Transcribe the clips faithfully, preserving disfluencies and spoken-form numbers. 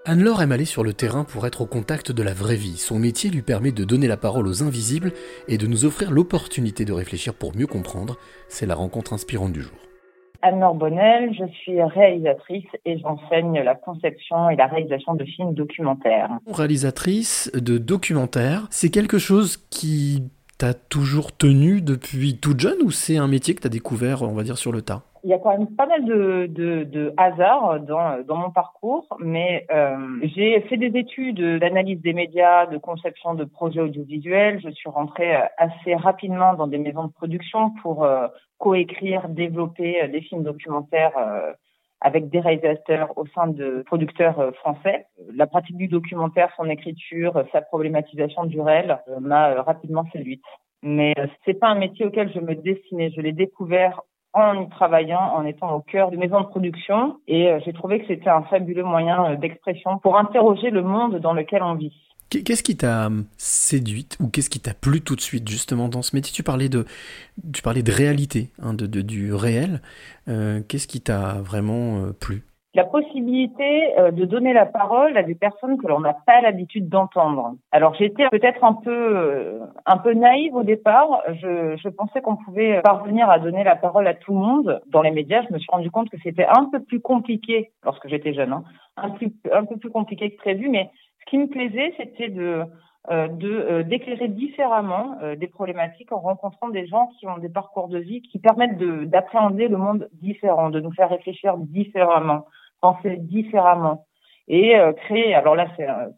Anne-Laure aime aller sur le terrain pour être au contact de la vraie vie. Son métier lui permet de donner la parole aux invisibles et de nous offrir l'opportunité de réfléchir pour mieux comprendre. C'est la rencontre inspirante du jour. Anne-Laure Bonnel, je suis réalisatrice et j'enseigne la conception et la réalisation de films documentaires. Réalisatrice de documentaires, c'est quelque chose qui t'a toujours tenu depuis toute jeune ou c'est un métier que t'as découvert, on va dire, sur le tas ? Il y a quand même pas mal de, de, de hasard dans, dans mon parcours, mais euh, j'ai fait des études d'analyse des médias, de conception de projets audiovisuels. Je suis rentrée assez rapidement dans des maisons de production pour euh, coécrire, développer des films documentaires euh, avec des réalisateurs au sein de producteurs français. La pratique du documentaire, son écriture, sa problématisation du réel euh, m'a rapidement séduite. Mais euh, c'est pas un métier auquel je me destinais. Je l'ai découvert en y travaillant, en étant au cœur de maisons de production. Et euh, j'ai trouvé que c'était un fabuleux moyen euh, d'expression pour interroger le monde dans lequel on vit. Qu'est-ce qui t'a séduite ou qu'est-ce qui t'a plu tout de suite justement dans ce métier ? Tu parlais de, tu parlais de réalité, hein, de, de, du réel. Euh, qu'est-ce qui t'a vraiment euh, plu ? La possibilité euh, de donner la parole à des personnes que l'on n'a pas l'habitude d'entendre. Alors j'étais peut-être un peu euh, un peu naïve au départ. Je, je pensais qu'on pouvait parvenir à donner la parole à tout le monde. Dans les médias, je me suis rendu compte que c'était un peu plus compliqué lorsque j'étais jeune, hein, un, plus, un peu plus compliqué que prévu. Mais ce qui me plaisait, c'était de euh, de euh, d'éclairer différemment euh, des problématiques en rencontrant des gens qui ont des parcours de vie qui permettent de d'appréhender le monde différent, de nous faire réfléchir différemment, penser différemment et euh, créer, alors là c'est euh,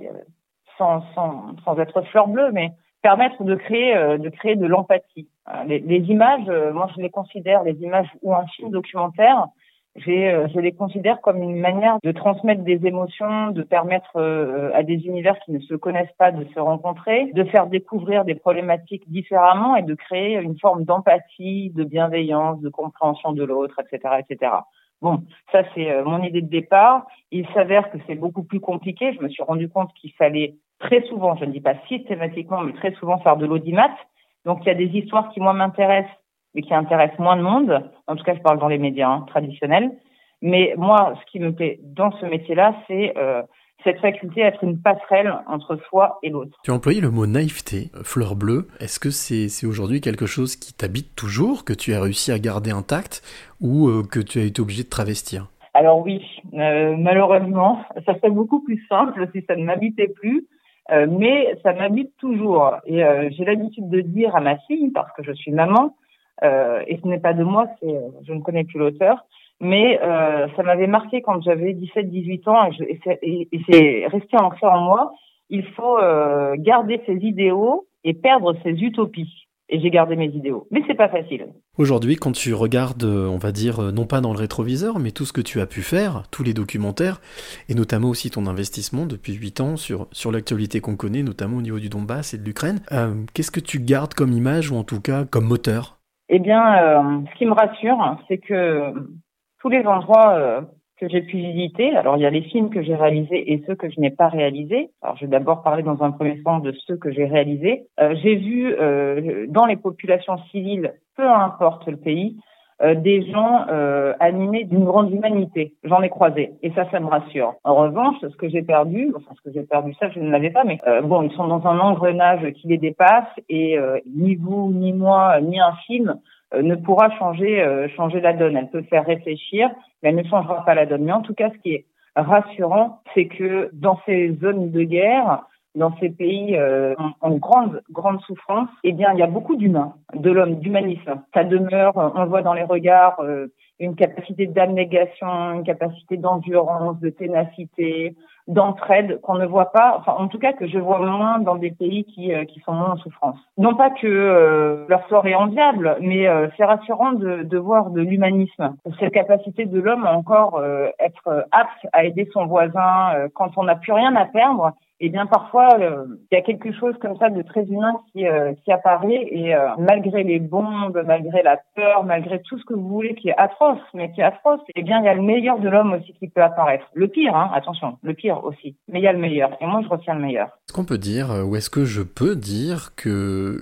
sans, sans, sans être fleur bleue, mais permettre de créer euh, de créer de l'empathie. Euh, les, les images, euh, moi je les considère, les images ou un film documentaire, j'ai, euh, je les considère comme une manière de transmettre des émotions, de permettre euh, à des univers qui ne se connaissent pas de se rencontrer, de faire découvrir des problématiques différemment et de créer une forme d'empathie, de bienveillance, de compréhension de l'autre, et cetera, et cetera. Bon, ça c'est euh, mon idée de départ. Il s'avère que c'est beaucoup plus compliqué. Je me suis rendu compte qu'il fallait très souvent, je ne dis pas systématiquement, mais très souvent faire de l'audimat. Donc il y a des histoires qui moi m'intéressent et qui intéressent moins de monde. En tout cas, je parle dans les médias hein, traditionnels. Mais moi, ce qui me plaît dans ce métier-là, c'est euh, cette faculté à être une passerelle entre soi et l'autre. Tu as employé le mot naïveté, fleur bleue. Est-ce que c'est, c'est aujourd'hui quelque chose qui t'habite toujours, que tu as réussi à garder intact ou euh, que tu as été obligé de travestir ? Alors oui, euh, malheureusement, ça serait beaucoup plus simple si ça ne m'habitait plus, euh, mais ça m'habite toujours. Et euh, j'ai l'habitude de dire à ma fille, parce que je suis maman, euh, et ce n'est pas de moi, c'est, euh, je ne connais plus l'auteur, mais euh, ça m'avait marqué quand j'avais dix-sept dix-huit ans et, je, et, c'est, et, et c'est resté ancré en moi. Il faut euh, garder ses idéaux et perdre ses utopies. Et j'ai gardé mes idéaux. Mais c'est pas facile. Aujourd'hui, quand tu regardes, on va dire, non pas dans le rétroviseur, mais tout ce que tu as pu faire, tous les documentaires, et notamment aussi ton investissement depuis huit ans sur, sur l'actualité qu'on connaît, notamment au niveau du Donbass et de l'Ukraine, euh, qu'est-ce que tu gardes comme image, ou en tout cas comme moteur ? Eh bien, euh, ce qui me rassure, c'est que tous les endroits euh, que j'ai pu visiter, alors il y a les films que j'ai réalisés et ceux que je n'ai pas réalisés. Alors je vais d'abord parler dans un premier temps de ceux que j'ai réalisés. Euh, j'ai vu euh, dans les populations civiles, peu importe le pays, euh, des gens euh, animés d'une grande humanité. J'en ai croisé et ça, ça me rassure. En revanche, ce que j'ai perdu, enfin ce que j'ai perdu, ça je ne l'avais pas, mais euh, bon, ils sont dans un engrenage qui les dépasse et euh, ni vous, ni moi, ni un film euh, ne pourra changer euh, changer la donne. Elle peut faire réfléchir, mais elle ne changera pas la donne. Mais en tout cas, ce qui est rassurant, c'est que dans ces zones de guerre, dans ces pays euh, en, en grande grande souffrance, eh bien, il y a beaucoup d'humains, de l'homme, d'humanisme. Ça demeure, on le voit dans les regards, euh, une capacité d'abnégation, une capacité d'endurance, de ténacité, d'entraide qu'on ne voit pas, enfin en tout cas que je vois moins dans des pays qui euh, qui sont moins en souffrance. Non pas que euh, leur sort est enviable, mais euh, c'est rassurant de, de voir de l'humanisme, cette capacité de l'homme à encore euh, être apte à aider son voisin euh, quand on n'a plus rien à perdre. Eh bien, parfois, euh, il y a quelque chose comme ça de très humain qui euh, qui apparaît et euh, malgré les bombes, malgré la peur, malgré tout ce que vous voulez qui est atroce, mais qui est atroce, eh bien, il y a le meilleur de l'homme aussi qui peut apparaître. Le pire, hein, attention, le pire aussi, mais il y a le meilleur. Et moi, je retiens le meilleur. Est-ce qu'on peut dire, ou est-ce que je peux dire que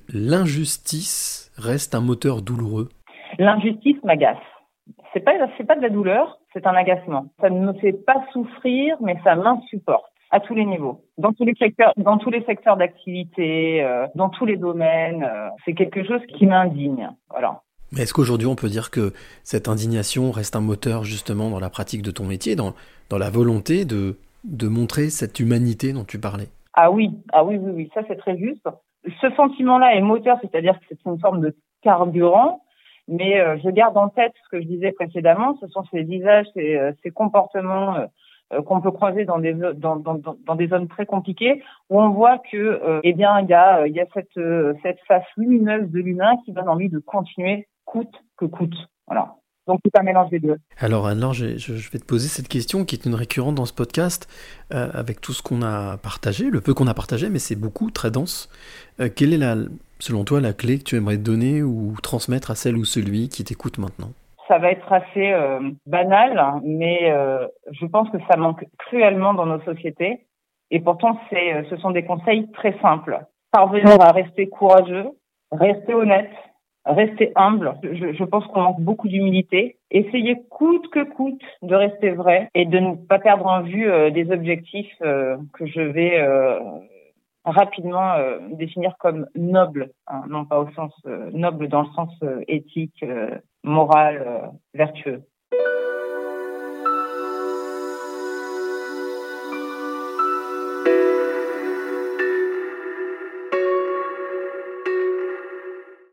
l'injustice reste un moteur douloureux ? L'injustice m'agace. C'est pas c'est pas de la douleur. c'est un agacement. Ça ne me fait pas souffrir, mais ça m'insupporte à tous les niveaux, dans tous les secteurs, dans tous les secteurs d'activité, euh, dans tous les domaines. Euh, c'est quelque chose qui m'indigne. Voilà. Mais est-ce qu'aujourd'hui on peut dire que cette indignation reste un moteur justement dans la pratique de ton métier, dans, dans la volonté de, de montrer cette humanité dont tu parlais? Ah oui, ah oui, oui, oui, ça c'est très juste. Ce sentiment-là est moteur, c'est-à-dire que c'est une forme de carburant, mais euh, je garde en tête ce que je disais précédemment, ce sont ces visages, ces, euh, ces comportements euh, qu'on peut croiser dans des dans, dans, dans des zones très compliquées, où on voit que euh, eh bien il y a il y a cette euh, cette face lumineuse de l'humain qui donne envie de continuer coûte que coûte. Voilà. Donc c'est un mélange des deux. Alors Anne-Laure, je, je vais te poser cette question qui est une récurrente dans ce podcast, euh, avec tout ce qu'on a partagé, le peu qu'on a partagé, mais c'est beaucoup, très dense. Euh, quelle est, la, selon toi, la clé que tu aimerais donner ou transmettre à celle ou celui qui t'écoute maintenant? Ça va être assez euh, banal, mais euh, je pense que ça manque cruellement dans nos sociétés. Et pourtant, c'est, ce sont des conseils très simples. Parvenir à rester courageux, rester honnête, rester humble. Je, je pense qu'on manque beaucoup d'humilité. Essayer coûte que coûte de rester vrai et de ne pas perdre en vue euh, des objectifs euh, que je vais euh, rapidement euh, définir comme nobles, hein, non pas au sens euh, noble dans le sens euh, éthique, euh, moral, euh, vertueux.